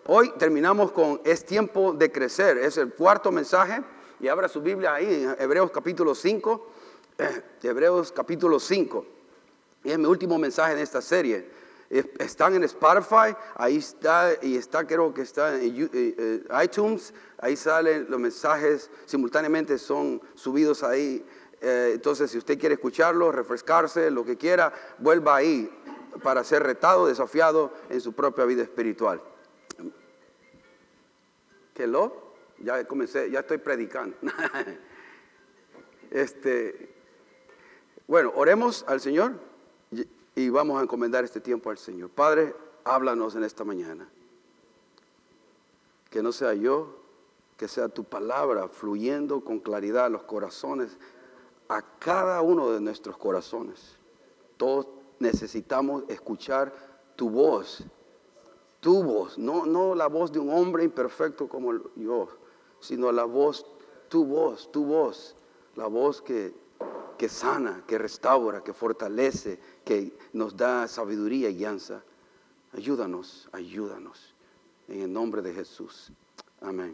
Hoy terminamos con Es tiempo de crecer. Es el cuarto mensaje. Y abra su Biblia ahí en Hebreos capítulo 5. Hebreos capítulo 5. Y es mi último mensaje en esta serie. Están en Spotify, ahí está, y está, creo que está en iTunes. Ahí salen los mensajes, simultáneamente son subidos ahí. Entonces, si usted quiere escucharlo, refrescarse, lo que quiera, vuelva ahí para ser retado, desafiado en su propia vida espiritual. Ya comencé, ya estoy predicando. Bueno, oremos al Señor y vamos a encomendar este tiempo al Señor. Padre, háblanos en esta mañana. Que no sea yo, que sea tu palabra fluyendo con claridad a los corazones, a cada uno de nuestros corazones. Todos necesitamos escuchar tu voz, no la voz de un hombre imperfecto como yo, sino la voz, tu voz, la voz que sana, que restaura, que fortalece, que nos da sabiduría y guianza. Ayúdanos, en el nombre de Jesús. Amén.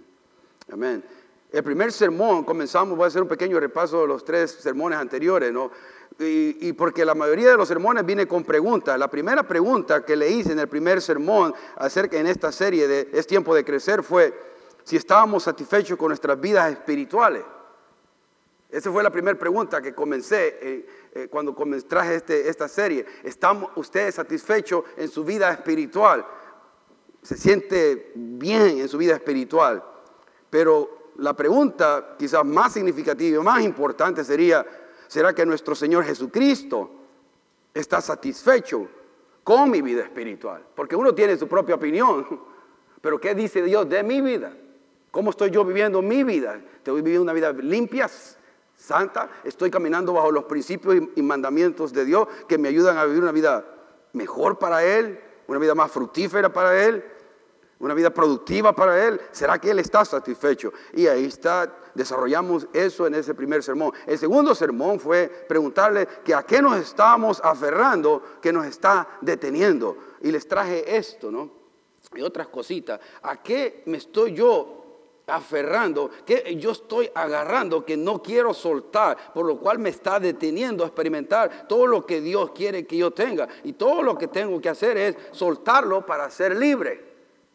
El primer sermón, comenzamos, voy a hacer un pequeño repaso de los 3 sermones anteriores, ¿no? Y porque la mayoría de los sermones viene con preguntas. La primera pregunta que le hice en el primer sermón acerca en esta serie de Es tiempo de crecer fue si estábamos satisfechos con nuestras vidas espirituales. Esa fue la primera pregunta que comencé cuando traje esta serie. ¿Están ustedes satisfechos en su vida espiritual? ¿Se siente bien en su vida espiritual? Pero la pregunta quizás más significativa y más importante sería, ¿será que nuestro Señor Jesucristo está satisfecho con mi vida espiritual? Porque uno tiene su propia opinión, pero ¿qué dice Dios de mi vida? ¿Cómo estoy yo viviendo mi vida? ¿Estoy viviendo una vida limpia, santa? ¿Estoy caminando bajo los principios y mandamientos de Dios que me ayudan a vivir una vida mejor para Él? ¿Una vida más fructífera para Él? ¿Una vida productiva para Él? ¿Será que Él está satisfecho? Y ahí desarrollamos eso en ese primer sermón. El segundo sermón fue preguntarle que a qué nos estamos aferrando, que nos está deteniendo. Y les traje esto, ¿no? Y otras cositas. ¿A qué me estoy yo aferrando? ¿Qué yo estoy agarrando que no quiero soltar? Por lo cual me está deteniendo a experimentar todo lo que Dios quiere que yo tenga. Y todo lo que tengo que hacer es soltarlo para ser libre.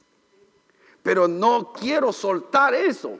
Pero no quiero soltar eso.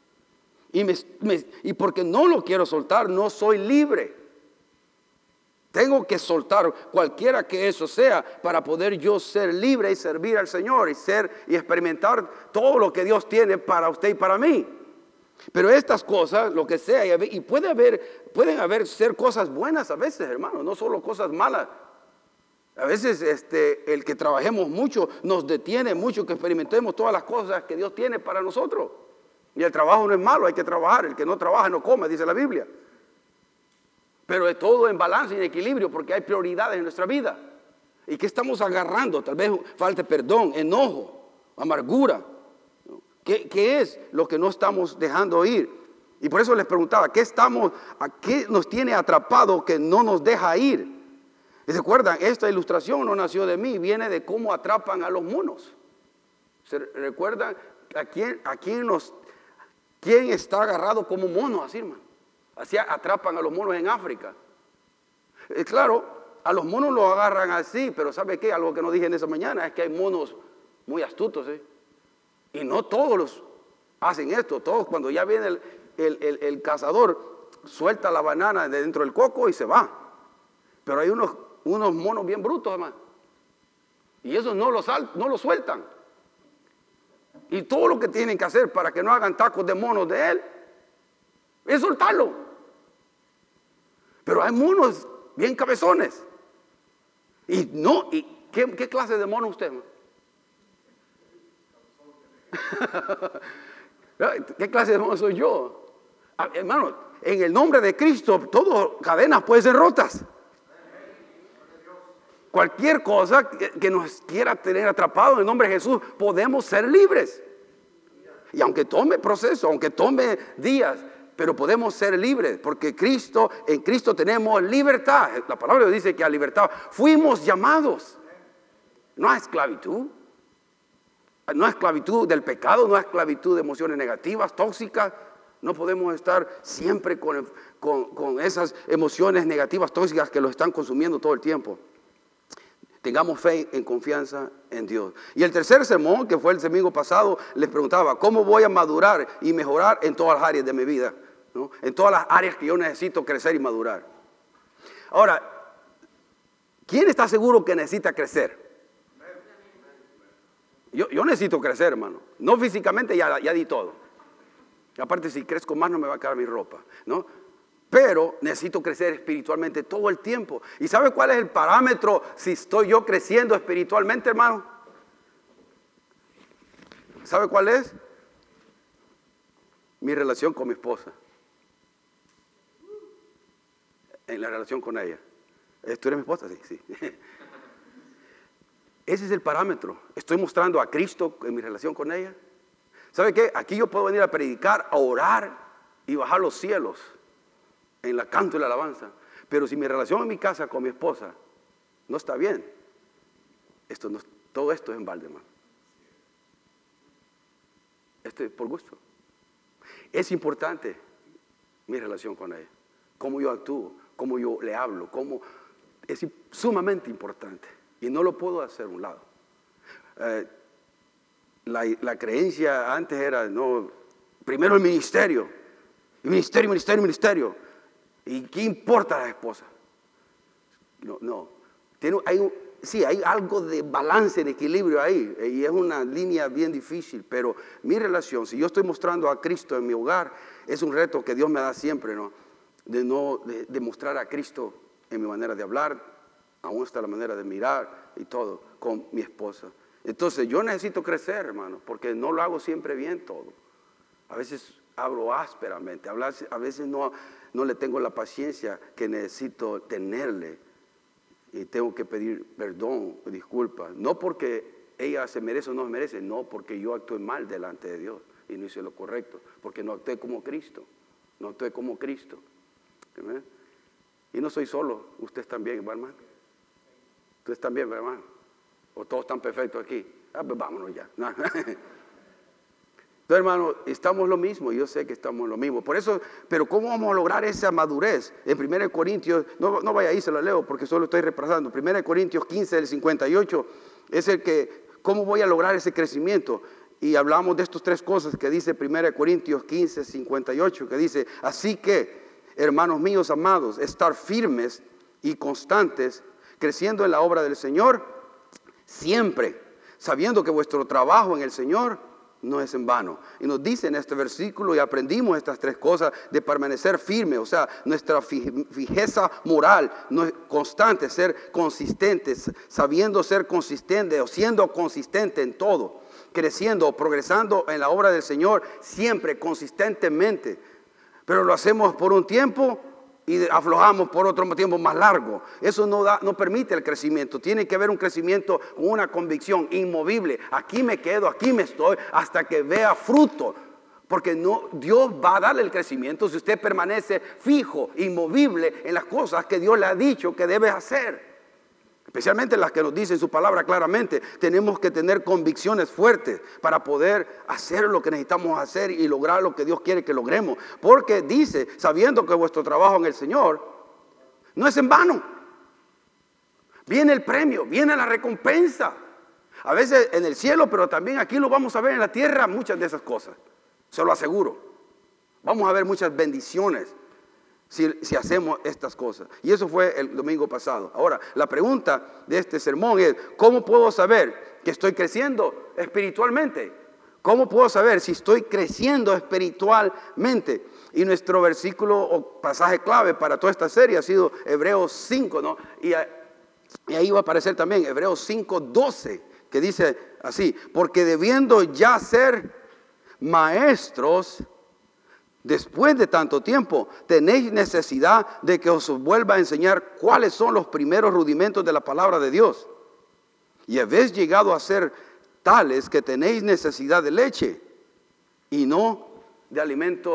Y porque no lo quiero soltar, no soy libre. Tengo que soltar cualquiera que eso sea para poder yo ser libre y servir al Señor y experimentar todo lo que Dios tiene para usted y para mí. Pero estas cosas, lo que sea, y pueden haber ser cosas buenas a veces, hermano, no solo cosas malas. A veces el que trabajemos mucho nos detiene mucho que experimentemos todas las cosas que Dios tiene para nosotros. Y el trabajo no es malo, hay que trabajar. El que no trabaja no come, dice la Biblia. Pero es todo en balance y en equilibrio porque hay prioridades en nuestra vida. ¿Y qué estamos agarrando? Tal vez falte perdón, enojo, amargura. ¿Qué es lo que no estamos dejando ir? Y por eso les preguntaba, ¿a qué nos tiene atrapado que no nos deja ir? ¿Y se acuerdan? Esta ilustración no nació de mí, viene de cómo atrapan a los monos. ¿Se recuerdan? ¿Quién está agarrado como mono así, hermano? Así atrapan a los monos en África. Claro, a los monos los agarran así, pero ¿sabe qué? Algo que no dije en esa mañana es que hay monos muy astutos, ¿eh? Y no todos los hacen esto. Todos, cuando ya viene el cazador, suelta la banana de dentro del coco y se va. Pero hay unos monos bien brutos, hermano. Y esos no los sueltan. Y todo lo que tienen que hacer para que no hagan tacos de monos de él es soltarlo. Pero hay monos bien cabezones. ¿Y qué clase de mono usted, hermano? ¿Qué clase de mono soy yo? Hermano, en el nombre de Cristo, todas cadenas pueden ser rotas. Cualquier cosa que nos quiera tener atrapados en el nombre de Jesús, podemos ser libres. Y aunque tome proceso, aunque tome días, pero podemos ser libres, porque en Cristo tenemos libertad. La palabra dice que a libertad fuimos llamados, no a esclavitud. No es esclavitud del pecado, no es esclavitud de emociones negativas, tóxicas. No podemos estar siempre con esas emociones negativas, tóxicas que los están consumiendo todo el tiempo. Tengamos fe en confianza en Dios. Y el tercer sermón, que fue el domingo pasado, les preguntaba, ¿cómo voy a madurar y mejorar en todas las áreas de mi vida? ¿No? En todas las áreas que yo necesito crecer y madurar. Ahora, ¿quién está seguro que necesita crecer? Yo necesito crecer, hermano. No físicamente, ya di todo. Aparte, si crezco más no me va a caer mi ropa, ¿no? Pero necesito crecer espiritualmente todo el tiempo. ¿Y sabe cuál es el parámetro si estoy yo creciendo espiritualmente, hermano? ¿Sabe cuál es? Mi relación con mi esposa. En la relación con ella. ¿Tú eres mi esposa? Sí. Ese es el parámetro. ¿Estoy mostrando a Cristo en mi relación con ella? ¿Sabe qué? Aquí yo puedo venir a predicar, a orar y bajar los cielos en la canto y la alabanza. Pero si mi relación en mi casa con mi esposa no está bien, todo esto es en balde, hermano. Esto es por gusto. Es importante mi relación con ella. Cómo yo actúo, cómo yo le hablo, es sumamente importante. Y no lo puedo hacer a un lado. La creencia antes era, no, primero el ministerio. Ministerio. ¿Y qué importa a la esposa? No. Hay algo de balance, de equilibrio ahí. Y es una línea bien difícil. Pero mi relación, si yo estoy mostrando a Cristo en mi hogar, es un reto que Dios me da siempre, ¿no? De mostrar a Cristo en mi manera de hablar, aún hasta la manera de mirar y todo, con mi esposa. Entonces yo necesito crecer, hermano, porque no lo hago siempre bien todo. A veces hablo ásperamente, a veces no le tengo la paciencia que necesito tenerle y tengo que pedir perdón, disculpas. No porque ella se merece o no se merece, no porque yo actué mal delante de Dios y no hice lo correcto, porque no actué como Cristo. ¿Verdad? Y no soy solo, ustedes también, hermano. Ustedes también, hermano. O todos están perfectos aquí. Pues vámonos ya. Entonces, hermano, estamos lo mismo. Yo sé que estamos lo mismo. Por eso, pero ¿cómo vamos a lograr esa madurez? En 1 Corintios, no vaya ahí, se lo leo porque solo estoy repasando. 1 Corintios 15, del 58, es el que, ¿cómo voy a lograr ese crecimiento? Y hablamos de estas tres cosas que dice 1 Corintios 15, 58, que dice, así que, hermanos míos amados, estar firmes y constantes, creciendo en la obra del Señor, siempre, sabiendo que vuestro trabajo en el Señor no es en vano. Y nos dice en este versículo, y aprendimos estas tres cosas, de permanecer firme, o sea, nuestra fijeza moral, constante, ser consistentes, sabiendo ser consistente o siendo consistente en todo, creciendo o progresando en la obra del Señor, siempre, consistentemente. Pero lo hacemos por un tiempo y aflojamos por otro tiempo más largo. Eso no permite el crecimiento. Tiene que haber un crecimiento con una convicción inmovible. Aquí me quedo, aquí me estoy, hasta que vea fruto. Porque Dios va a darle el crecimiento si usted permanece fijo, inmovible en las cosas que Dios le ha dicho que debe hacer. Especialmente las que nos dicen su palabra claramente. Tenemos que tener convicciones fuertes para poder hacer lo que necesitamos hacer y lograr lo que Dios quiere que logremos. Porque dice, sabiendo que vuestro trabajo en el Señor no es en vano. Viene el premio, viene la recompensa. A veces en el cielo, pero también aquí lo vamos a ver en la tierra, muchas de esas cosas. Se lo aseguro. Vamos a ver muchas bendiciones. Si hacemos estas cosas. Y eso fue el domingo pasado. Ahora, la pregunta de este sermón es, ¿cómo puedo saber que estoy creciendo espiritualmente? ¿Cómo puedo saber si estoy creciendo espiritualmente? Y nuestro versículo o pasaje clave para toda esta serie ha sido Hebreos 5, ¿no? Y ahí va a aparecer también Hebreos 5:12, que dice así, porque debiendo ya ser maestros, después de tanto tiempo, tenéis necesidad de que os vuelva a enseñar cuáles son los primeros rudimentos de la palabra de Dios. Y habéis llegado a ser tales que tenéis necesidad de leche y no de alimento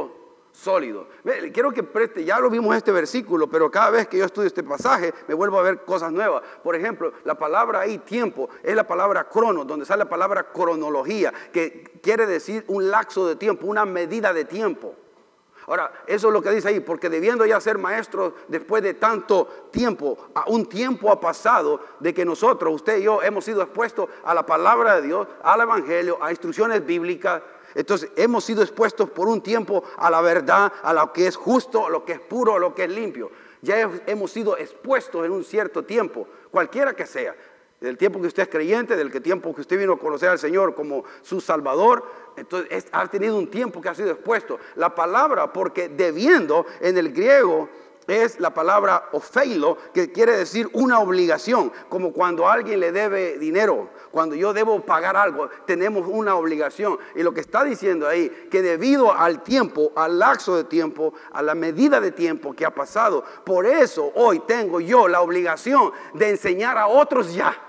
sólido. Quiero que preste, ya lo vimos este versículo, pero cada vez que yo estudio este pasaje me vuelvo a ver cosas nuevas. Por ejemplo, la palabra ahí, tiempo, es la palabra crono, donde sale la palabra cronología, que quiere decir un lapso de tiempo, una medida de tiempo. Ahora, eso es lo que dice ahí, porque debiendo ya ser maestros después de tanto tiempo, un tiempo ha pasado de que nosotros, usted y yo, hemos sido expuestos a la palabra de Dios, al evangelio, a instrucciones bíblicas. Entonces hemos sido expuestos por un tiempo a la verdad, a lo que es justo, a lo que es puro, a lo que es limpio. Ya hemos sido expuestos en un cierto tiempo, cualquiera que sea. Del tiempo que usted es creyente, del tiempo que usted vino a conocer al Señor como su Salvador. Entonces ha tenido un tiempo que ha sido expuesto. La palabra, porque debiendo en el griego es la palabra ofeilo, que quiere decir una obligación, como cuando alguien le debe dinero, cuando yo debo pagar algo, tenemos una obligación. Y lo que está diciendo ahí, que debido al tiempo, al lapso de tiempo, a la medida de tiempo que ha pasado, por eso hoy tengo yo la obligación de enseñar a otros ya.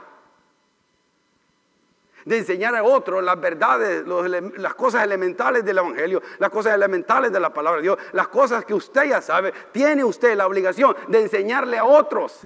De enseñar a otros las verdades, las cosas elementales del evangelio, las cosas elementales de la palabra de Dios, las cosas que usted ya sabe. Tiene usted la obligación de enseñarle a otros.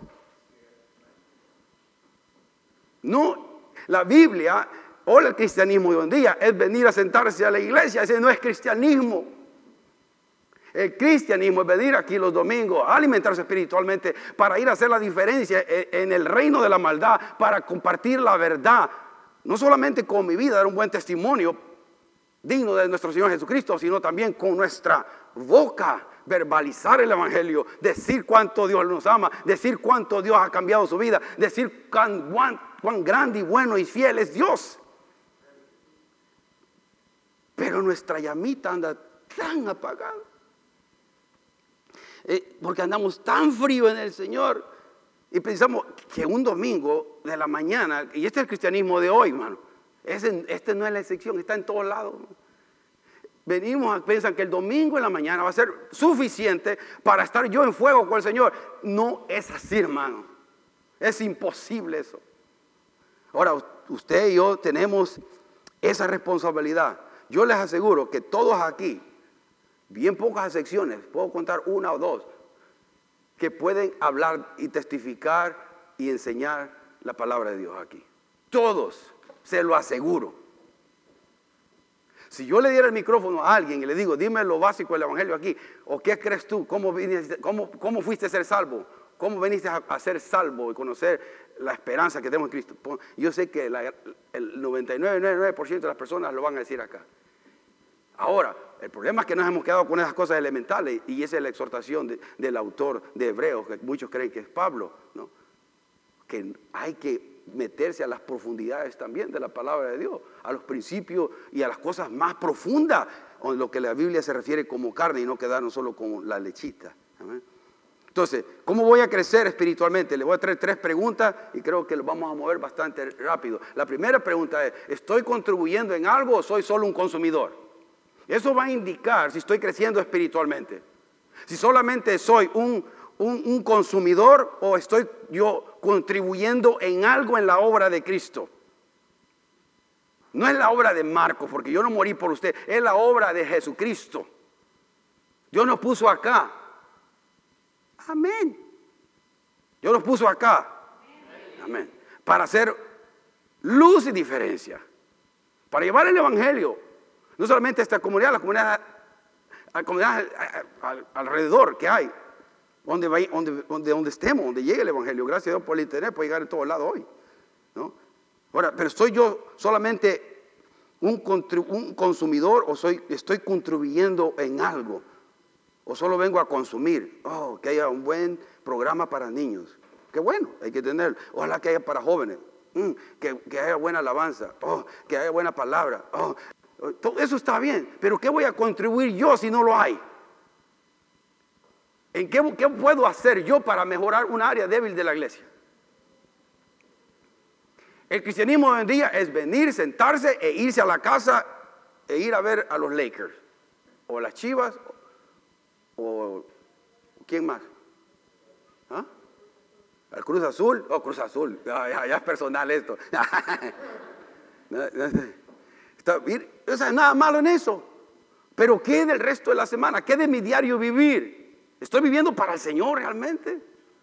No, la Biblia o el cristianismo de hoy en día es venir a sentarse a la iglesia. Ese no es cristianismo. El cristianismo es venir aquí los domingos a alimentarse espiritualmente para ir a hacer la diferencia en el reino de la maldad, para compartir la verdad. No solamente con mi vida, dar un buen testimonio digno de nuestro Señor Jesucristo, sino también con nuestra boca, verbalizar el evangelio, decir cuánto Dios nos ama, decir cuánto Dios ha cambiado su vida, decir cuán grande y bueno y fiel es Dios. Pero nuestra llamita anda tan apagada, porque andamos tan frío en el Señor. Y pensamos que un domingo de la mañana, y este es el cristianismo de hoy, hermano, este no es la excepción, está en todos lados. Venimos a pensar que el domingo en la mañana va a ser suficiente para estar yo en fuego con el Señor. No es así, hermano. Es imposible eso. Ahora, usted y yo tenemos esa responsabilidad. Yo les aseguro que todos aquí, bien pocas excepciones, puedo contar una o dos, que pueden hablar y testificar y enseñar la palabra de Dios aquí. Todos, se lo aseguro. Si yo le diera el micrófono a alguien y le digo, dime lo básico del evangelio aquí, o qué crees tú, cómo fuiste a ser salvo, cómo veniste a ser salvo y conocer la esperanza que tenemos en Cristo. Yo sé que el 99.99% de las personas lo van a decir acá. Ahora, el problema es que nos hemos quedado con esas cosas elementales, y esa es la exhortación del autor de Hebreos, que muchos creen que es Pablo, ¿no? Que hay que meterse a las profundidades también de la palabra de Dios, a los principios y a las cosas más profundas, o lo que la Biblia se refiere como carne, y no quedarnos solo con la lechita. ¿Amén? Entonces, ¿cómo voy a crecer espiritualmente? Le voy a traer 3 preguntas y creo que lo vamos a mover bastante rápido. La primera pregunta es, ¿estoy contribuyendo en algo o soy solo un consumidor? Eso va a indicar si estoy creciendo espiritualmente. Si solamente soy un consumidor o estoy yo contribuyendo en algo en la obra de Cristo. No es la obra de Marcos, porque yo no morí por usted, es la obra de Jesucristo. Dios nos puso acá. Amén. Dios nos puso acá. Amén. Para hacer luz y diferencia. Para llevar el evangelio. No solamente a esta comunidad, la comunidad alrededor que hay, donde estemos, donde llegue el evangelio. Gracias a Dios por el internet, puede llegar en todos lados hoy, ¿no? Ahora, pero ¿soy yo solamente un consumidor o estoy contribuyendo en algo? ¿O solo vengo a consumir? Oh, que haya un buen programa para niños. Qué bueno, hay que tenerlo. Ojalá que haya para jóvenes. Que haya buena alabanza. Oh, que haya buena palabra. Oh, todo eso está bien, pero ¿qué voy a contribuir yo si no lo hay? ¿En qué puedo hacer yo para mejorar un área débil de la iglesia? El cristianismo hoy en día es venir, sentarse e irse a la casa e ir a ver a los Lakers, o las Chivas, o ¿quién más? ¿Ah? ¿Al Cruz Azul? Oh, Cruz Azul, ya es personal esto. O sea, nada malo en eso. Pero ¿qué del resto de la semana? ¿Qué de mi diario vivir? ¿Estoy viviendo para el Señor realmente?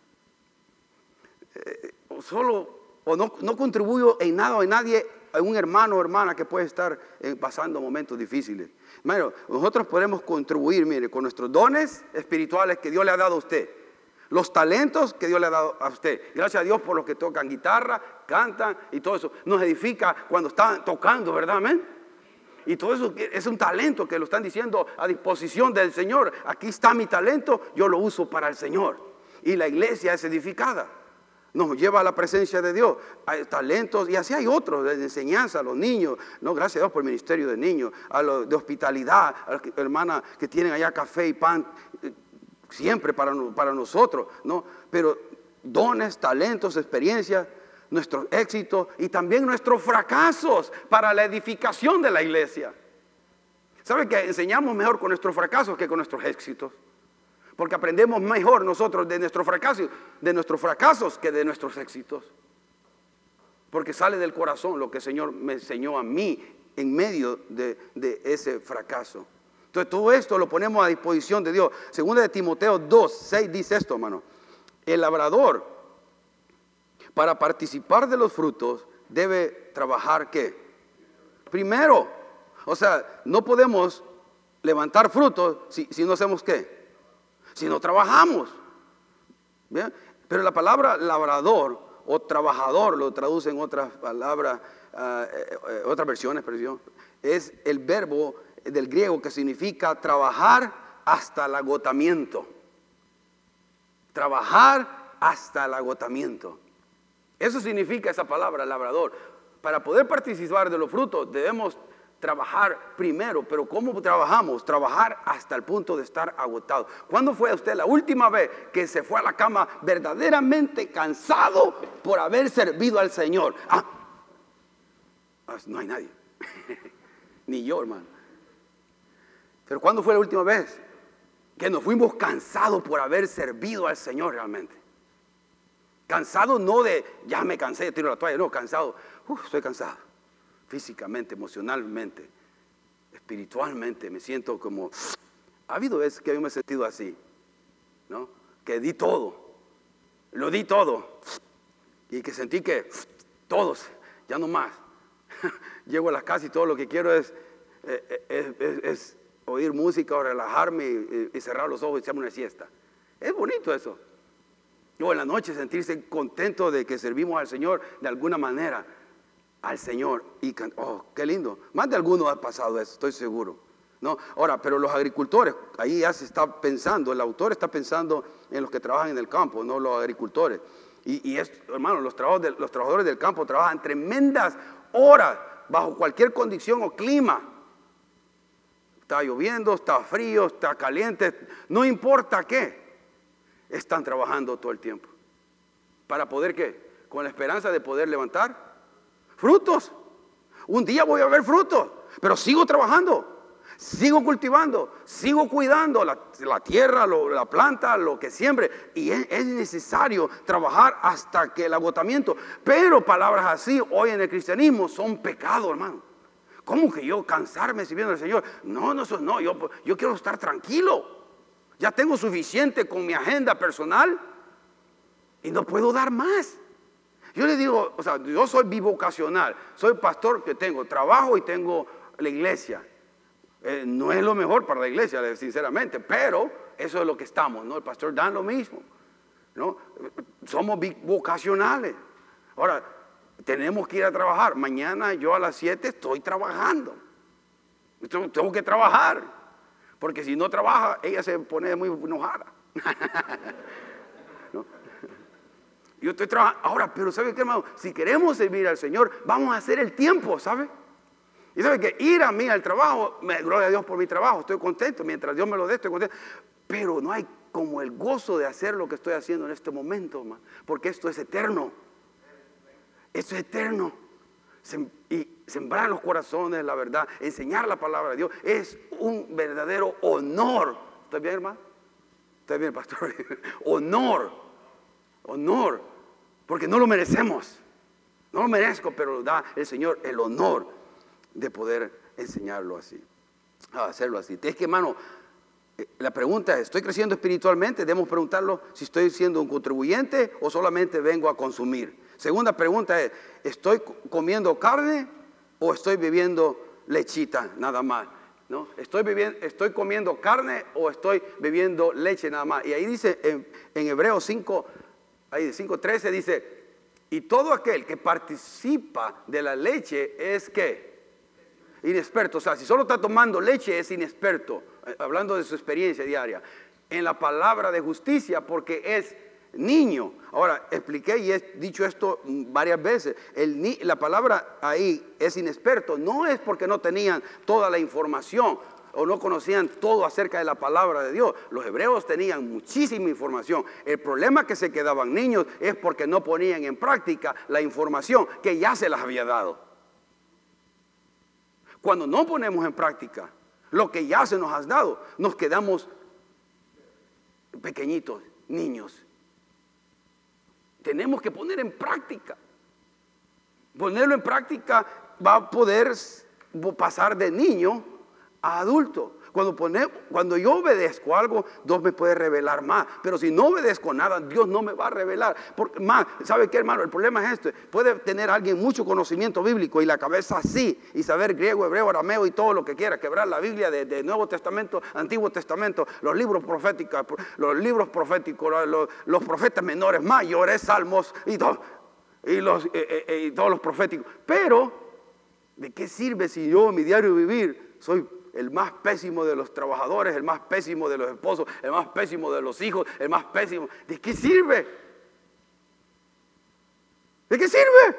O no contribuyo en nada o en nadie a un hermano o hermana que puede estar pasando momentos difíciles. Bueno, nosotros podemos contribuir, mire, con nuestros dones espirituales que Dios le ha dado a usted, los talentos que Dios le ha dado a usted. Gracias a Dios por los que tocan guitarra, cantan y todo eso. Nos edifica cuando están tocando, ¿verdad? Amén. Y todo eso es un talento que lo están diciendo a disposición del Señor. Aquí está mi talento, yo lo uso para el Señor. Y la iglesia es edificada. Nos lleva a la presencia de Dios. Hay talentos, y así hay otros, de enseñanza a los niños. No, gracias a Dios por el ministerio de niños, a los de hospitalidad, a las hermanas que tienen allá café y pan, siempre para nosotros, ¿no? Pero dones, talentos, experiencias, nuestros éxitos y también nuestros fracasos para la edificación de la iglesia. ¿Sabe que enseñamos mejor con nuestros fracasos que con nuestros éxitos? Porque aprendemos mejor nosotros de nuestros fracasos que de nuestros éxitos. Porque sale del corazón lo que el Señor me enseñó a mí en medio de ese fracaso. Entonces todo esto lo ponemos a disposición de Dios. Segunda de Timoteo 2:6 dice esto, hermano. El labrador, para participar de los frutos, debe trabajar ¿qué? Primero. O sea, no podemos levantar frutos si no hacemos ¿qué? Si no trabajamos. ¿Bien? Pero la palabra labrador o trabajador, lo traducen otras palabras, otras versiones, perdón, es el verbo del griego que significa trabajar hasta el agotamiento. Trabajar hasta el agotamiento. Eso significa esa palabra, labrador. Para poder participar de los frutos debemos trabajar primero. Pero ¿cómo trabajamos? Trabajar hasta el punto de estar agotado. ¿Cuándo fue usted la última vez que se fue a la cama verdaderamente cansado por haber servido al Señor? No hay nadie. Ni yo, hermano. Pero ¿cuándo fue la última vez que nos fuimos cansados por haber servido al Señor realmente? Cansado no de, ya me cansé, tiro la toalla, no, cansado, estoy cansado. Físicamente, emocionalmente, espiritualmente, me siento como, ha habido veces que yo me he sentido así, ¿no? Que di todo, lo di todo, y que sentí que todos, ya no más. Llego a la casa y todo lo que quiero es oír música o relajarme y cerrar los ojos y echarme una siesta. Es bonito eso. O en la noche sentirse contento de que servimos al Señor de alguna manera, al Señor. Y qué lindo. Más de alguno ha pasado eso, estoy seguro, ¿no? Ahora, pero los agricultores, ahí ya se está pensando, el autor está pensando en los que trabajan en el campo, no los agricultores. Y hermano, los trabajadores del campo trabajan tremendas horas bajo cualquier condición o clima. Está lloviendo, está frío, está caliente, no importa qué. Están trabajando todo el tiempo. ¿Para poder qué? Con la esperanza de poder levantar frutos. Un día voy a ver frutos, pero sigo trabajando, sigo cultivando, sigo cuidando la tierra, la planta, lo que siembre. Y es necesario trabajar hasta que el agotamiento. Pero palabras así hoy en el cristianismo son pecado, hermano. ¿Cómo que yo cansarme sirviendo al Señor? No, yo quiero estar tranquilo. Ya tengo suficiente con mi agenda personal y no puedo dar más. Yo le digo, o sea, yo soy bivocacional, soy pastor que tengo trabajo y tengo la iglesia. No es lo mejor para la iglesia, sinceramente, pero eso es lo que estamos, ¿no? El pastor Dan lo mismo, ¿no? Somos bivocacionales. Ahora, tenemos que ir a trabajar. Mañana yo a las 7 estoy trabajando. Tengo que trabajar. Porque si no trabaja, ella se pone muy enojada. ¿No? Yo estoy trabajando. Ahora, pero ¿sabe qué, hermano? Si queremos servir al Señor, vamos a hacer el tiempo, ¿sabe? Y ¿sabe que ir a mí al trabajo, gloria a Dios por mi trabajo, estoy contento. Mientras Dios me lo dé, estoy contento. Pero no hay como el gozo de hacer lo que estoy haciendo en este momento, hermano. Porque esto es eterno. Esto es eterno. Y sembrar los corazones, la verdad, enseñar la palabra de Dios es un verdadero honor. ¿Está bien, hermano? ¿Está bien, pastor? Honor, porque no lo merecemos. No lo merezco, pero da el Señor el honor de poder enseñarlo así. a hacerlo así. Es que, hermano, la pregunta es, ¿estoy creciendo espiritualmente? Debemos preguntarlo si estoy siendo un contribuyente o solamente vengo a consumir. Segunda pregunta es, ¿estoy comiendo carne o estoy bebiendo lechita nada más? ¿No? ¿Estoy comiendo carne o estoy bebiendo leche nada más? Y ahí dice en Hebreos 5:13 dice, y todo aquel que participa de la leche es ¿qué? Inexperto. O sea, si solo está tomando leche es inexperto, hablando de su experiencia diaria en la palabra de justicia, porque es niño. Ahora, expliqué y he dicho esto varias veces. La palabra ahí es inexperto. No es porque no tenían toda la información o no conocían todo acerca de la palabra de Dios. Los hebreos tenían muchísima información. El problema que se quedaban niños es porque no ponían en práctica la información que ya se las había dado. Cuando no ponemos en práctica lo que ya se nos ha dado, nos quedamos pequeñitos, niños. Tenemos que poner en práctica. Ponerlo en práctica va a poder pasar de niño a adulto. Cuando yo obedezco algo, Dios me puede revelar más. Pero si no obedezco nada, Dios no me va a revelar más. ¿Sabe qué, hermano? El problema es este. Puede tener alguien mucho conocimiento bíblico y la cabeza así, y saber griego, hebreo, arameo y todo lo que quiera, quebrar la Biblia de Nuevo Testamento, Antiguo Testamento, los libros proféticos, los profetas menores, mayores, salmos y todos los proféticos. Pero, ¿de qué sirve si yo en mi diario vivir soy el más pésimo de los trabajadores, el más pésimo de los esposos, el más pésimo de los hijos, el más pésimo? ¿De qué sirve? ¿De qué sirve?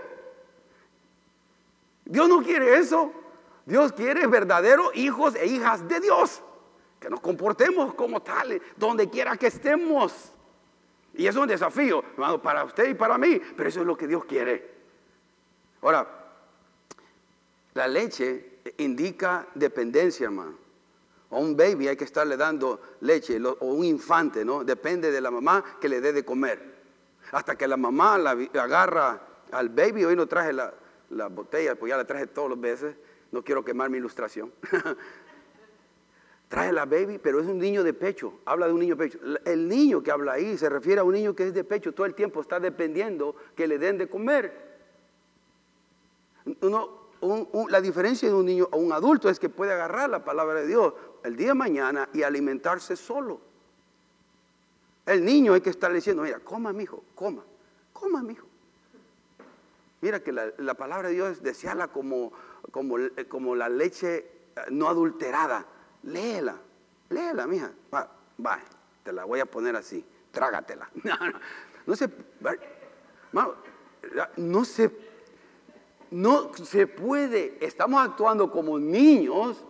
Dios no quiere eso. Dios quiere verdaderos hijos e hijas de Dios, que nos comportemos como tales, donde quiera que estemos. Y eso es un desafío, hermano, para usted y para mí, pero eso es lo que Dios quiere. Ahora, la leche indica dependencia, hermano. A un baby hay que estarle dando leche, o un infante, ¿no? Depende de la mamá que le dé de comer. Hasta que la mamá la agarra al baby. Hoy no traje la botella, pues ya la traje todas las veces. No quiero quemar mi ilustración. Trae la baby, pero es un niño de pecho. Habla de un niño de pecho. El niño que habla ahí se refiere a un niño que es de pecho. Todo el tiempo está dependiendo que le den de comer. La diferencia de un niño a un adulto es que puede agarrar la palabra de Dios el día de mañana y alimentarse solo. El niño hay que estarle diciendo, mira, coma, mijo, coma, mijo. Mira que la palabra de Dios es desearla como la leche no adulterada. Léela, mija. Va, te la voy a poner así, trágatela. No se puede. Estamos actuando como niños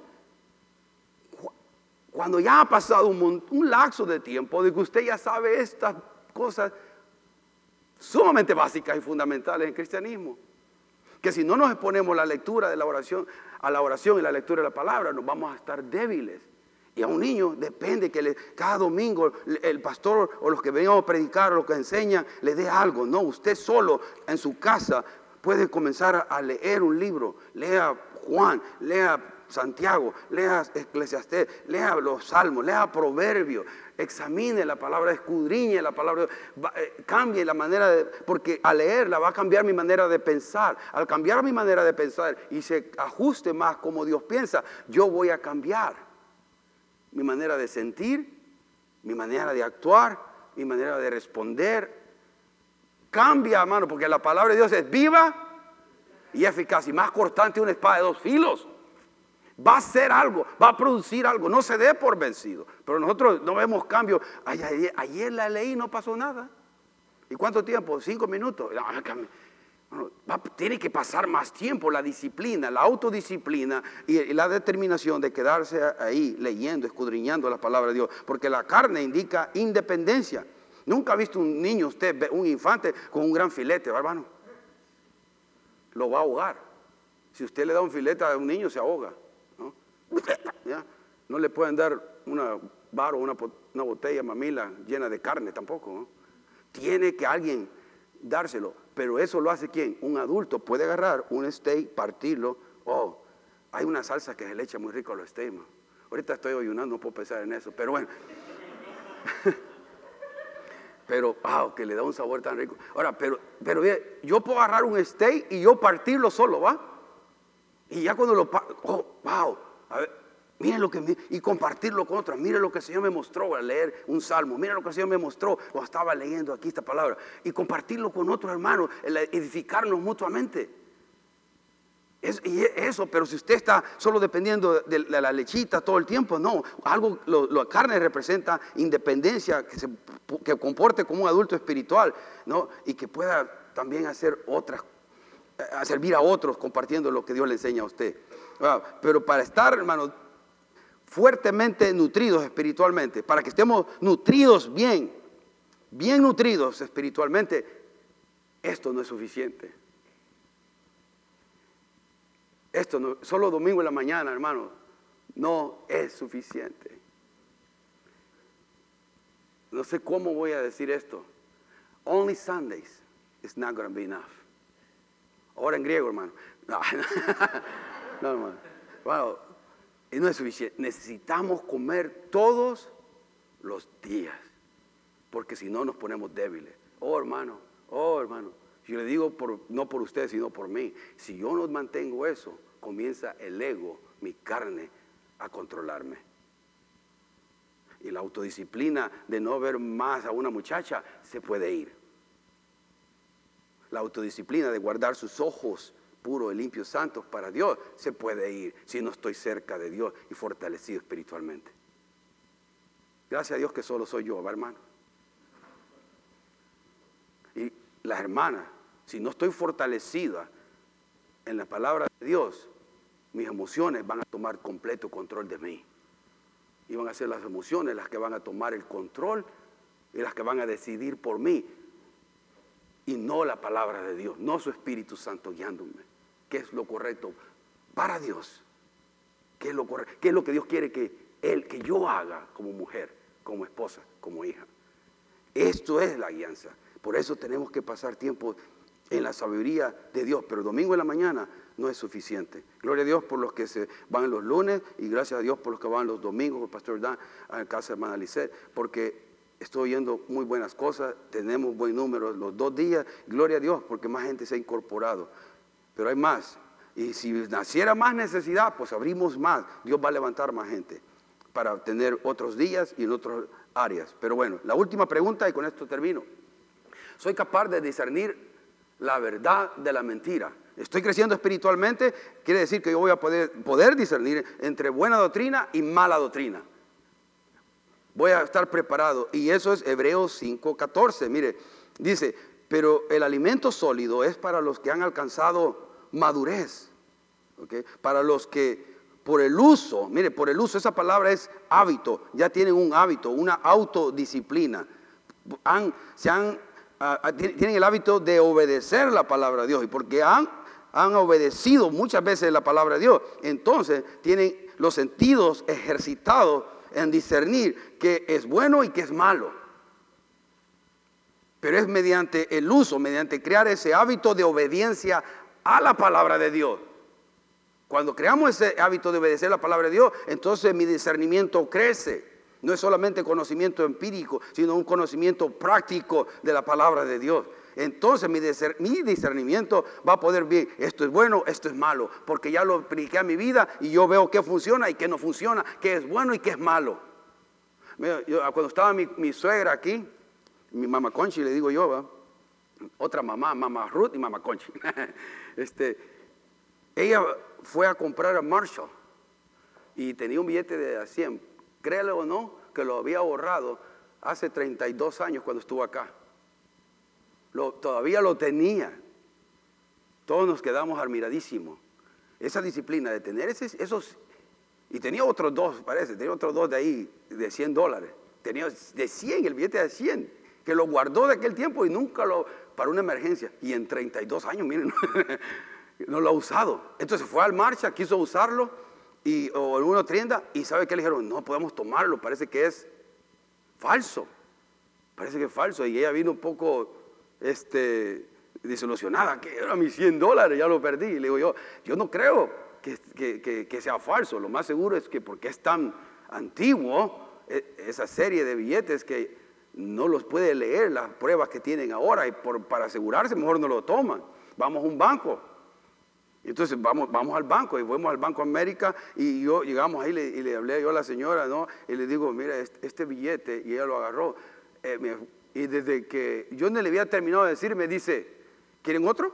cuando ya ha pasado un lapso de tiempo de que usted ya sabe estas cosas sumamente básicas y fundamentales en el cristianismo. Que si no nos exponemos a la lectura de la oración, a la oración y la lectura de la palabra, nos vamos a estar débiles. Y a un niño depende que cada domingo el pastor o los que venimos a predicar o los que enseñan le dé algo. No, usted solo en su casa puede comenzar a leer un libro. Lea Juan, lea Santiago, lea Eclesiastés, lea los Salmos, lea Proverbios. Examine la palabra, escudriñe la palabra, cambie la manera porque al leerla va a cambiar mi manera de pensar. Al cambiar mi manera de pensar y se ajuste más como Dios piensa, yo voy a cambiar mi manera de sentir, mi manera de actuar, mi manera de responder. Cambia, hermano, porque la palabra de Dios es viva y eficaz y más cortante que una espada de dos filos. Va a hacer algo, va a producir algo, no se dé por vencido. Pero nosotros no vemos cambio. Ayer la leí y no pasó nada. ¿Y cuánto tiempo? 5 minutos. Tiene que pasar más tiempo. La disciplina, la autodisciplina y la determinación de quedarse ahí leyendo, escudriñando la palabra de Dios. Porque la carne indica independencia. Nunca ha visto un niño, un infante con un gran filete, hermano. Lo va a ahogar. Si usted le da un filete a un niño, se ahoga. ¿Ya? No le pueden dar una vara o una botella mamila llena de carne tampoco, ¿no? Tiene que alguien dárselo, pero eso lo hace ¿quién? Un adulto puede agarrar un steak, partirlo. Hay una salsa que se le echa muy rico a los steaks, Ahorita estoy ayunando, no puedo pensar en eso, pero bueno. Pero, wow, que le da un sabor tan rico. Ahora, pero bien, yo puedo agarrar un steak y yo partirlo solo, ¿va? Y ya cuando wow, a ver, miren lo que, y compartirlo con otras. Miren lo que el Señor me mostró al leer un salmo. Miren lo que el Señor me mostró cuando estaba leyendo aquí esta palabra. Y compartirlo con otros hermanos, edificarnos mutuamente. Eso, pero si usted está solo dependiendo de la lechita todo el tiempo, no. La carne representa independencia, que comporte como un adulto espiritual, ¿no? Y que pueda también hacer a servir a otros compartiendo lo que Dios le enseña a usted. Pero para estar, hermano, fuertemente nutridos espiritualmente, para que estemos nutridos bien nutridos espiritualmente, esto no es suficiente. Esto no, solo domingo en la mañana, hermano, no es suficiente. No sé cómo voy a decir esto. Only Sundays is not going to be enough. Ahora en griego, hermano. No, hermano. Bueno, y no es suficiente. Necesitamos comer todos los días, porque si no nos ponemos débiles. Oh, hermano. Yo le digo no por usted, sino por mí. Si yo no mantengo eso, comienza el ego, mi carne, a controlarme. Y la autodisciplina de no ver más a una muchacha se puede ir. La autodisciplina de guardar sus ojos puros y limpios, santos para Dios, se puede ir si no estoy cerca de Dios y fortalecido espiritualmente. Gracias a Dios que solo soy yo, ¿va, hermano? Y las hermanas, si no estoy fortalecida en la palabra de Dios, mis emociones van a tomar completo control de mí. Y van a ser las emociones las que van a tomar el control y las que van a decidir por mí. Y no la palabra de Dios, no su Espíritu Santo guiándome. ¿Qué es lo correcto para Dios? ¿Qué es lo correcto? ¿Qué es lo que Dios quiere que yo haga como mujer, como esposa, como hija? Esto es la guianza. Por eso tenemos que pasar tiempo en la sabiduría de Dios. Pero domingo en la mañana no es suficiente. Gloria a Dios por los que se van los lunes y gracias a Dios por los que van los domingos, el pastor Dan, a la casa de hermana Lisset, porque estoy oyendo muy buenas cosas, tenemos buen número los 2 días, gloria a Dios, porque más gente se ha incorporado. Pero hay más. Y si naciera más necesidad, pues abrimos más. Dios va a levantar más gente para tener otros días y en otras áreas. Pero bueno, la última pregunta y con esto termino. ¿Soy capaz de discernir la verdad de la mentira? Estoy creciendo espiritualmente, quiere decir que yo voy a poder discernir entre buena doctrina y mala doctrina. Voy a estar preparado. Y eso es Hebreos 5:14. Mire, dice, pero el alimento sólido es para los que han alcanzado madurez. ¿Okay? Para los que por el uso, mire, por el uso, esa palabra es hábito, ya tienen un hábito, una autodisciplina. Tienen el hábito de obedecer la palabra de Dios. Y porque han obedecido muchas veces la palabra de Dios, entonces tienen los sentidos ejercitados en discernir qué es bueno y qué es malo. Pero es mediante el uso, mediante crear ese hábito de obediencia a la palabra de Dios. Cuando creamos ese hábito de obedecer la palabra de Dios, entonces mi discernimiento crece. No es solamente conocimiento empírico, sino un conocimiento práctico de la palabra de Dios. Entonces mi discernimiento va a poder ver, esto es bueno, esto es malo, porque ya lo apliqué a mi vida y yo veo qué funciona y qué no funciona, qué es bueno y qué es malo. Cuando estaba mi suegra aquí, mi mamá Conchi, le digo yo, ¿va? Otra mamá Ruth y mamá Conchi. Ella fue a comprar a Marshall y tenía un billete de 100. Créale o no, que lo había ahorrado hace 32 años cuando estuvo acá. Todavía lo tenía. Todos nos quedamos admiradísimos. Esa disciplina de tener esos, y tenía otros 2, parece, tenía otros 2 de ahí, de $100. Tenía de 100, el billete de 100, que lo guardó de aquel tiempo y nunca para una emergencia. Y en 32 años, miren, no lo ha usado. Entonces fue al marcha, quiso usarlo, o en una tienda, y ¿sabe qué le dijeron? No podemos tomarlo, parece que es falso. Parece que es falso. Y ella vino un poco desilusionada, que eran mis $100, ya lo perdí. Y le digo yo no creo. que sea falso. Lo más seguro es que porque es tan antiguo, esa serie de billetes, que no los puede leer las pruebas que tienen ahora, y para asegurarse mejor no lo toman. Vamos a un banco. Entonces vamos al banco, y fuimos al Banco América, y llegamos ahí y le hablé yo a la señora, ¿no? Y le digo, mira, este billete, y ella lo agarró. Y desde que yo no le había terminado de decir, me dice, ¿quieren otro?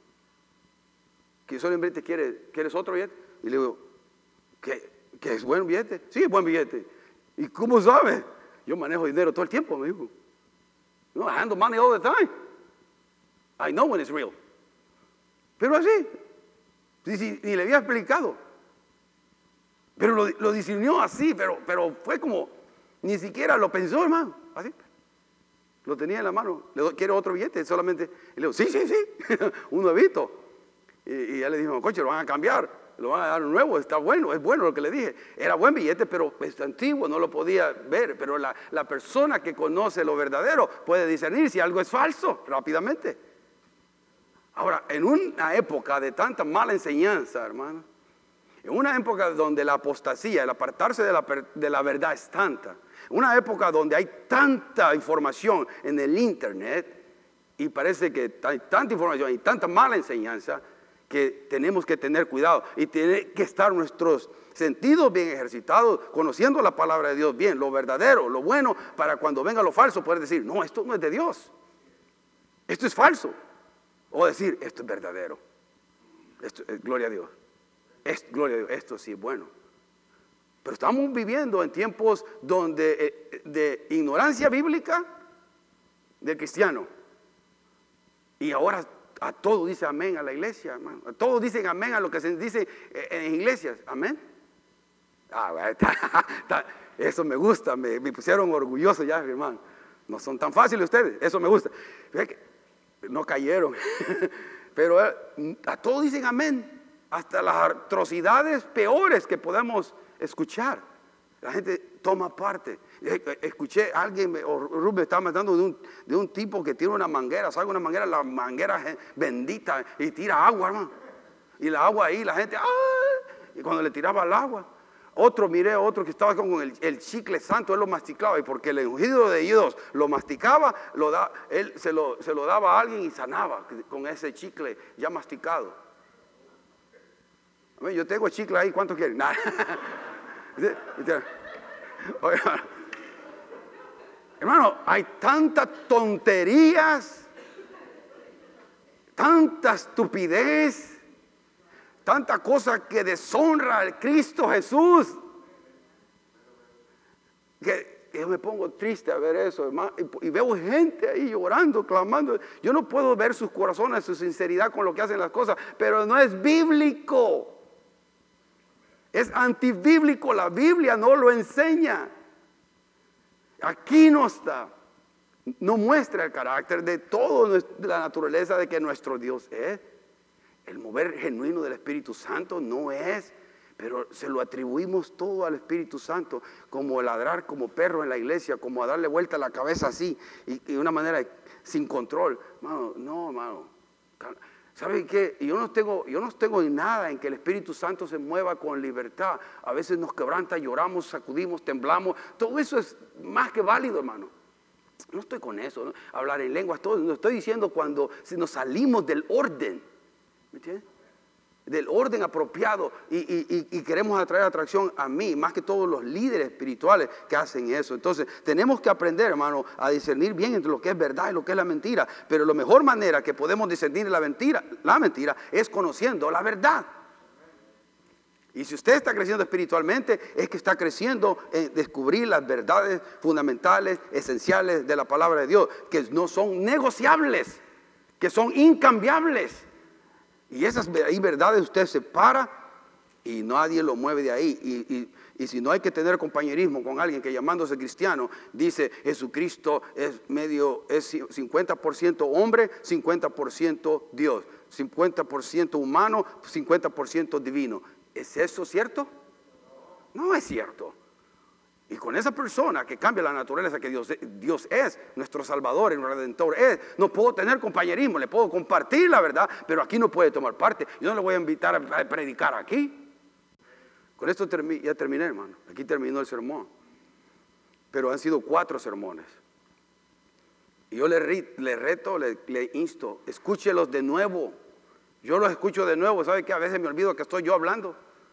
¿Que solamente quieres otro billete? Y le digo, ¿que es buen billete? Sí, es buen billete. ¿Y cómo sabe? Yo manejo dinero todo el tiempo, me dijo. No, I handle money all the time. I know when it's real. Pero así, ni le había explicado. Pero lo discernió así, pero fue como, ni siquiera lo pensó, hermano. Así. Lo tenía en la mano. Le digo, ¿quiere otro billete? Solamente. Y le digo, sí. Un nuevito. Y ya le dijo, coche, lo van a cambiar. Lo van a dar un nuevo. Está bueno, es bueno lo que le dije. Era buen billete, pero es antiguo, no lo podía ver. Pero la persona que conoce lo verdadero puede discernir si algo es falso rápidamente. Ahora, en una época de tanta mala enseñanza, hermano, en una época donde la apostasía, el apartarse de la verdad es tanta, una época donde hay tanta información en el internet, y parece que hay tanta información y tanta mala enseñanza, que tenemos que tener cuidado y tiene que estar nuestros sentidos bien ejercitados, conociendo la palabra de Dios bien, lo verdadero, lo bueno, para cuando venga lo falso poder decir, no, esto no es de Dios, esto es falso. O decir, esto es verdadero. Esto es gloria a Dios. Gloria a Dios, esto sí es bueno. Pero estamos viviendo en tiempos donde de ignorancia bíblica del cristiano. Y ahora a todo dice amén a la iglesia, hermano. A todos dicen amén a lo que se dice en iglesias. Amén. Eso me gusta, me pusieron orgulloso ya, hermano. No son tan fáciles ustedes, eso me gusta. No cayeron, pero a todos dicen amén, hasta las atrocidades peores que podemos escuchar. La gente toma parte. Escuché a alguien, Rubén me estaba mandando de un tipo que tiene una manguera, saca una manguera, la manguera bendita, y tira agua, hermano. Y la agua ahí, la gente, ¡ah! Y cuando le tiraba el agua, miré a otro que estaba con el chicle santo, él lo masticaba, y porque el ungido de Dios lo masticaba, él se lo daba a alguien y sanaba con ese chicle ya masticado. A mí, yo tengo chicle ahí, ¿cuántos quieren? Nada. Hermano, hay tantas tonterías, tanta estupidez, tanta cosa que deshonra al Cristo Jesús, que yo me pongo triste a ver eso, hermano, y veo gente ahí llorando, clamando. Yo no puedo ver sus corazones, su sinceridad con lo que hacen las cosas, pero no es bíblico. Es antibíblico, la Biblia no lo enseña. Aquí no está. No muestra el carácter de toda la naturaleza de que nuestro Dios es. El mover genuino del Espíritu Santo no es, pero se lo atribuimos todo al Espíritu Santo, como ladrar como perro en la iglesia, como a darle vuelta a la cabeza así, y de una manera sin control. Mano, no, mano. ¿Sabe qué? Yo no tengo nada en que el Espíritu Santo se mueva con libertad. A veces nos quebranta, lloramos, sacudimos, temblamos. Todo eso es más que válido, hermano. No estoy con eso, ¿no? Hablar en lenguas, todo. No estoy diciendo cuando nos salimos del orden. ¿Me entiendes? Del orden apropiado y queremos atraer atracción a mí, más que todos los líderes espirituales que hacen eso. Entonces tenemos que aprender, hermano, a discernir bien entre lo que es verdad y lo que es la mentira. Pero la mejor manera que podemos discernir la mentira es conociendo la verdad. Y si usted está creciendo espiritualmente, es que está creciendo en descubrir las verdades fundamentales, esenciales de la palabra de Dios, que no son negociables, que son incambiables. Y esas verdades usted se para y nadie lo mueve de ahí. Y si no hay que tener compañerismo con alguien que llamándose cristiano dice Jesucristo es 50% hombre, 50% Dios, 50% humano, 50% divino. ¿Es eso cierto? No es cierto. Y con esa persona que cambia la naturaleza que Dios es, nuestro Salvador y nuestro Redentor no puedo tener compañerismo, le puedo compartir la verdad, pero aquí no puede tomar parte. Yo no le voy a invitar a predicar aquí. Con esto ya terminé, hermano. Aquí terminó el sermón. Pero han sido 4 sermones. Y yo le reto, le insto, escúchelos de nuevo. Yo los escucho de nuevo. ¿Sabe qué? A veces me olvido que estoy yo hablando.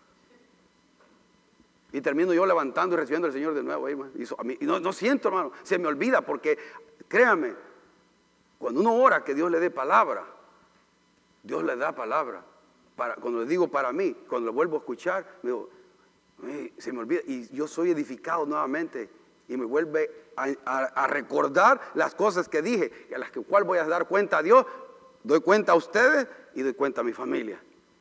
Y termino yo levantando y recibiendo al Señor de nuevo. Y no siento, hermano, se me olvida porque, créame, cuando uno ora que Dios le dé palabra, Dios le da palabra. Cuando le digo para mí, cuando lo vuelvo a escuchar, me digo, se me olvida. Y yo soy edificado nuevamente y me vuelve a recordar las cosas que dije, a las cual voy a dar cuenta a Dios, doy cuenta a ustedes y doy cuenta a mi familia.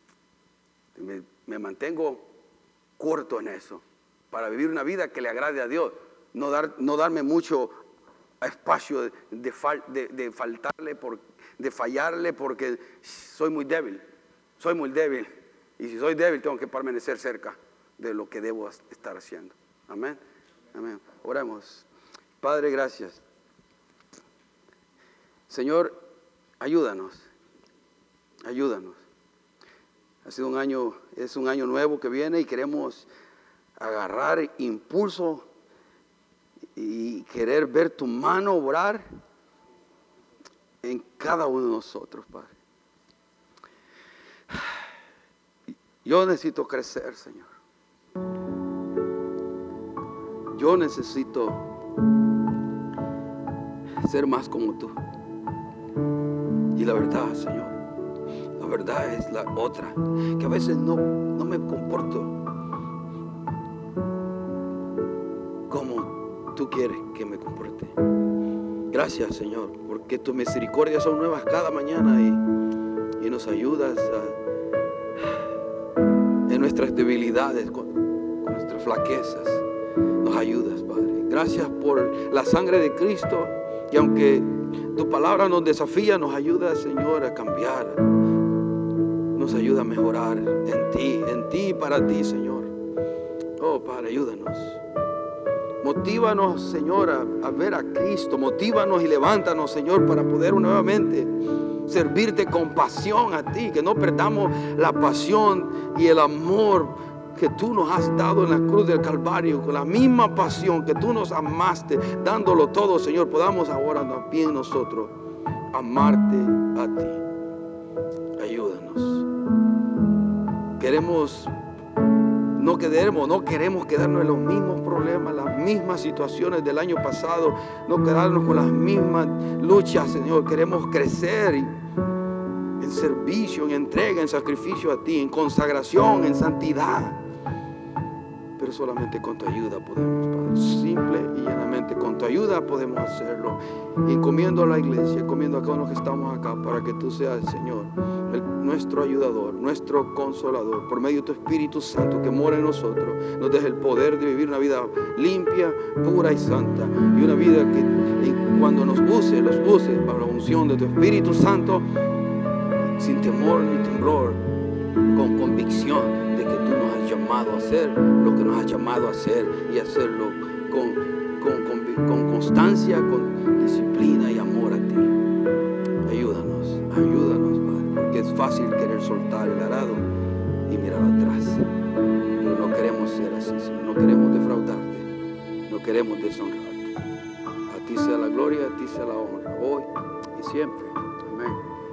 Me mantengo corto en eso, para vivir una vida que le agrade a Dios, no darme mucho espacio de faltarle, de fallarle, porque soy muy débil, y si soy débil tengo que permanecer cerca de lo que debo estar haciendo. Amén, amén. Oremos. Padre, gracias. Señor, ayúdanos. Es un año nuevo que viene y queremos agarrar impulso y querer ver tu mano obrar en cada uno de nosotros, Padre. Yo necesito crecer, Señor. Yo necesito ser más como tú. Y la verdad, Señor, la verdad es la otra, que a veces no me comporto como tú quieres que me comporte. Gracias, Señor, porque tus misericordias son nuevas cada mañana y nos ayudas en nuestras debilidades, con nuestras flaquezas. Nos ayudas, Padre. Gracias por la sangre de Cristo, y aunque tu palabra nos desafía, nos ayuda, Señor, a cambiar. Nos ayuda a mejorar en ti y para ti, Señor. Oh, Padre, ayúdanos. Motívanos, Señor, a ver a Cristo. Motívanos y levántanos, Señor, para poder nuevamente servirte con pasión a ti. Que no perdamos la pasión y el amor que tú nos has dado en la cruz del Calvario. Con la misma pasión que tú nos amaste, dándolo todo, Señor, podamos ahora también nosotros amarte a ti. Ayúdanos. No queremos quedarnos en los mismos problemas, las mismas situaciones del año pasado, no quedarnos con las mismas luchas, Señor. Queremos crecer en servicio, en entrega, en sacrificio a ti, en consagración, en santidad. Pero solamente con tu ayuda podemos, Padre. Simple y llanamente con tu ayuda podemos hacerlo. Y encomiendo a la iglesia, encomiendo a cada uno que estamos acá, para que tú seas, Señor, nuestro ayudador, nuestro consolador, por medio de tu Espíritu Santo que mora en nosotros. Nos deje el poder de vivir una vida limpia, pura y santa. Y una vida que cuando nos uses para la unción de tu Espíritu Santo, sin temor ni temblor, con convicción de que tú nos has llamado a hacer lo que nos has llamado a hacer, y hacerlo con constancia, con disciplina y amor a ti. Ayúdanos, Padre, porque es fácil querer soltar el arado y mirar atrás, pero no queremos ser así, Señor. No queremos defraudarte, no queremos deshonrarte. A ti sea la gloria, a ti sea la honra, hoy y siempre. Amén.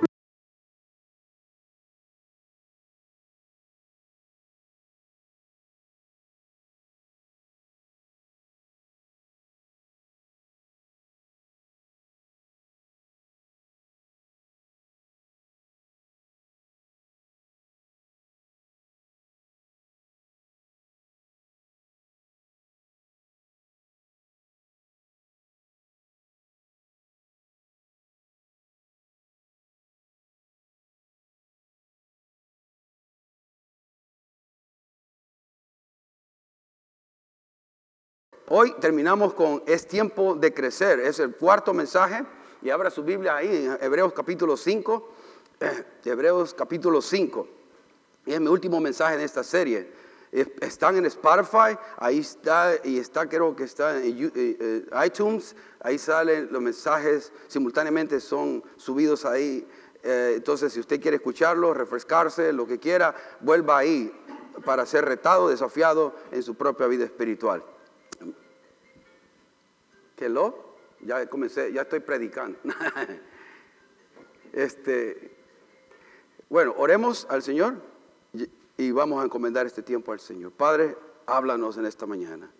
Hoy terminamos con Es tiempo de crecer. Es el cuarto mensaje. Y abra su Biblia ahí en Hebreos capítulo 5. Hebreos capítulo 5. Y es mi último mensaje en esta serie. Están en Spotify, ahí está, y está, creo que está en iTunes, ahí salen los mensajes, simultáneamente son subidos ahí. Entonces, si usted quiere escucharlo, refrescarse, lo que quiera, vuelva ahí para ser retado, desafiado en su propia vida espiritual. Ya comencé, ya estoy predicando. Bueno, oremos al Señor y vamos a encomendar este tiempo al Señor. Padre, háblanos en esta mañana.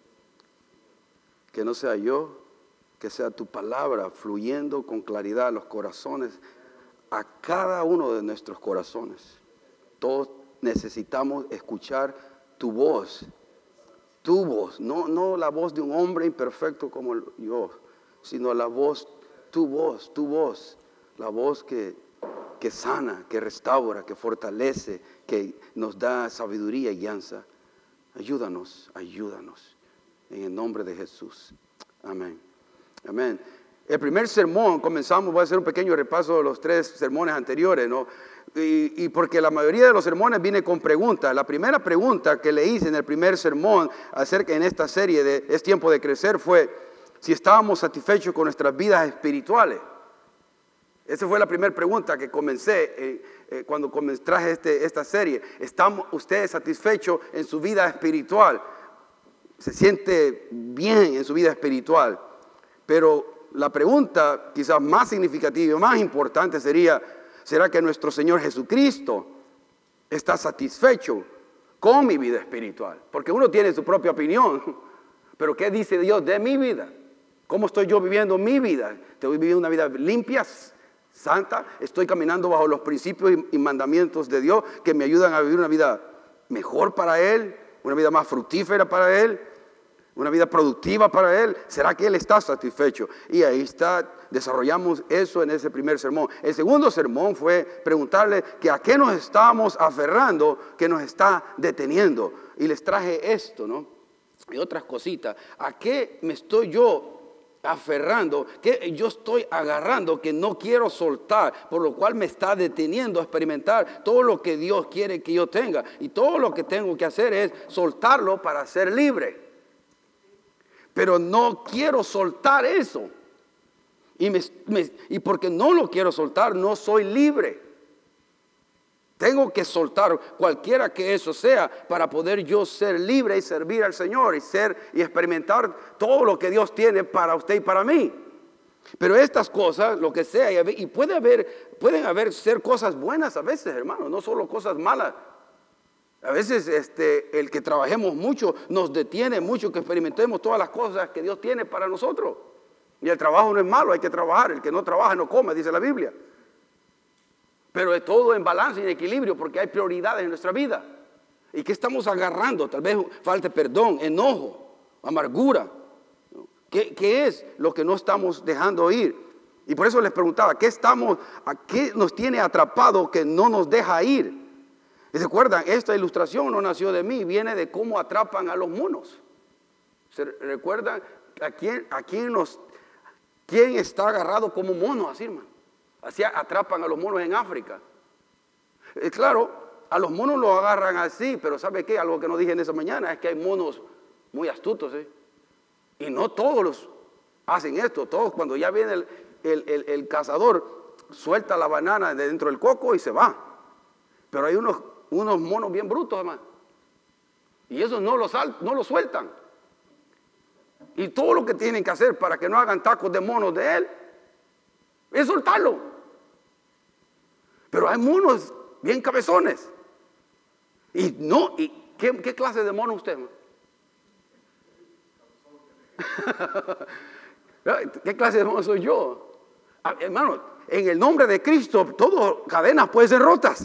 Que no sea yo, que sea tu palabra fluyendo con claridad a los corazones, a cada uno de nuestros corazones. Todos necesitamos escuchar tu voz, no la voz de un hombre imperfecto como yo, sino la voz, tu voz, la voz que sana, que restaura, que fortalece, que nos da sabiduría y guianza. Ayúdanos, en el nombre de Jesús. Amén. El primer sermón, comenzamos, voy a hacer un pequeño repaso de los 3 sermones anteriores, ¿no? Y porque la mayoría de los sermones viene con preguntas. La primera pregunta que le hice en el primer sermón acerca en esta serie de Es tiempo de crecer fue si estábamos satisfechos con nuestras vidas espirituales. Esa fue la primera pregunta que comencé cuando traje esta serie. ¿Están ustedes satisfechos en su vida espiritual? ¿Se siente bien en su vida espiritual? Pero la pregunta quizás más significativa y más importante sería, ¿será que nuestro Señor Jesucristo está satisfecho con mi vida espiritual? Porque uno tiene su propia opinión, pero ¿qué dice Dios de mi vida? ¿Cómo estoy yo viviendo mi vida? ¿Estoy viviendo una vida limpia, santa? ¿Estoy caminando bajo los principios y mandamientos de Dios que me ayudan a vivir una vida mejor para Él? ¿Una vida más fructífera para Él? ¿Una vida productiva para Él? ¿Será que Él está satisfecho? Y ahí desarrollamos eso en ese primer sermón. El segundo sermón fue preguntarle que a qué nos estamos aferrando, que nos está deteniendo. Y les traje esto, ¿no? Y otras cositas. ¿A qué me estoy yo aferrando? ¿Qué yo estoy agarrando que no quiero soltar? Por lo cual me está deteniendo a experimentar todo lo que Dios quiere que yo tenga. Y todo lo que tengo que hacer es soltarlo para ser libre. Pero no quiero soltar eso. Y porque no lo quiero soltar, no soy libre. Tengo que soltar cualquiera que eso sea para poder yo ser libre y servir al Señor y experimentar todo lo que Dios tiene para usted y para mí. Pero estas cosas, lo que sea, y pueden haber ser cosas buenas a veces, hermano, no solo cosas malas. A veces el que trabajemos mucho nos detiene mucho que experimentemos todas las cosas que Dios tiene para nosotros. Y el trabajo no es malo, hay que trabajar. El que no trabaja no come, dice la Biblia. Pero es todo en balance y en equilibrio porque hay prioridades en nuestra vida. ¿Y qué estamos agarrando? Tal vez falte perdón, enojo, amargura. ¿Qué es lo que no estamos dejando ir? Y por eso les preguntaba, ¿a qué nos tiene atrapado que no nos deja ir? ¿Y se acuerdan? Esta ilustración no nació de mí, viene de cómo atrapan a los monos. ¿Se recuerdan? ¿Quién está agarrado como mono así, hermano? Así atrapan a los monos en África. Claro, a los monos los agarran así, pero ¿sabe qué? Algo que no dije en esa mañana es que hay monos muy astutos, ¿eh? Y no todos los hacen esto. Todos, cuando ya viene el cazador, suelta la banana de dentro del coco y se va. Pero hay unos monos bien brutos, hermano. Y esos no los sueltan. Y todo lo que tienen que hacer para que no hagan tacos de monos de él es soltarlo. Pero hay monos bien cabezones. ¿Y qué clase de mono usted, hermano? ¿Qué clase de mono soy yo? Hermano, en el nombre de Cristo, todas cadenas pueden ser rotas.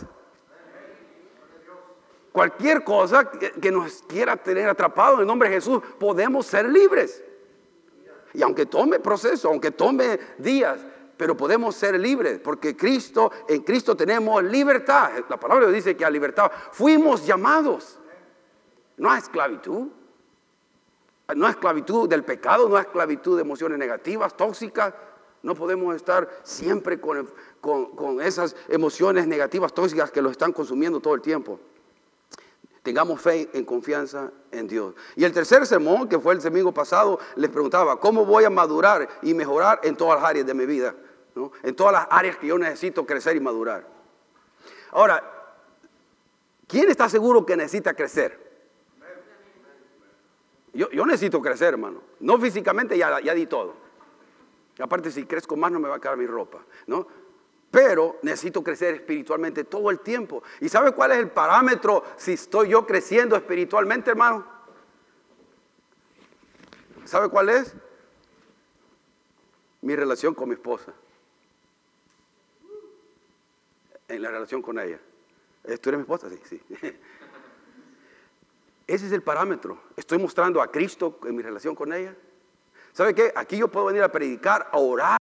Cualquier cosa que nos quiera tener atrapados en el nombre de Jesús, podemos ser libres. Y aunque tome proceso, aunque tome días, pero podemos ser libres, porque en Cristo tenemos libertad. La palabra dice que a libertad fuimos llamados. No a esclavitud. No a esclavitud del pecado, no a esclavitud de emociones negativas, tóxicas. No podemos estar siempre con esas emociones negativas, tóxicas que los están consumiendo todo el tiempo. Tengamos fe en confianza en Dios. Y el tercer sermón, que fue el domingo pasado, les preguntaba, ¿cómo voy a madurar y mejorar en todas las áreas de mi vida? ¿No? En todas las áreas que yo necesito crecer y madurar. Ahora, ¿quién está seguro que necesita crecer? Yo necesito crecer, hermano. No físicamente, ya di todo. Aparte, si crezco más no me va a caer mi ropa, ¿no? Pero necesito crecer espiritualmente todo el tiempo. ¿Y sabe cuál es el parámetro si estoy yo creciendo espiritualmente, hermano? ¿Sabe cuál es? Mi relación con mi esposa. En la relación con ella. ¿Tú eres mi esposa? Sí. Ese es el parámetro. ¿Estoy mostrando a Cristo en mi relación con ella? ¿Sabe qué? Aquí yo puedo venir a predicar, a orar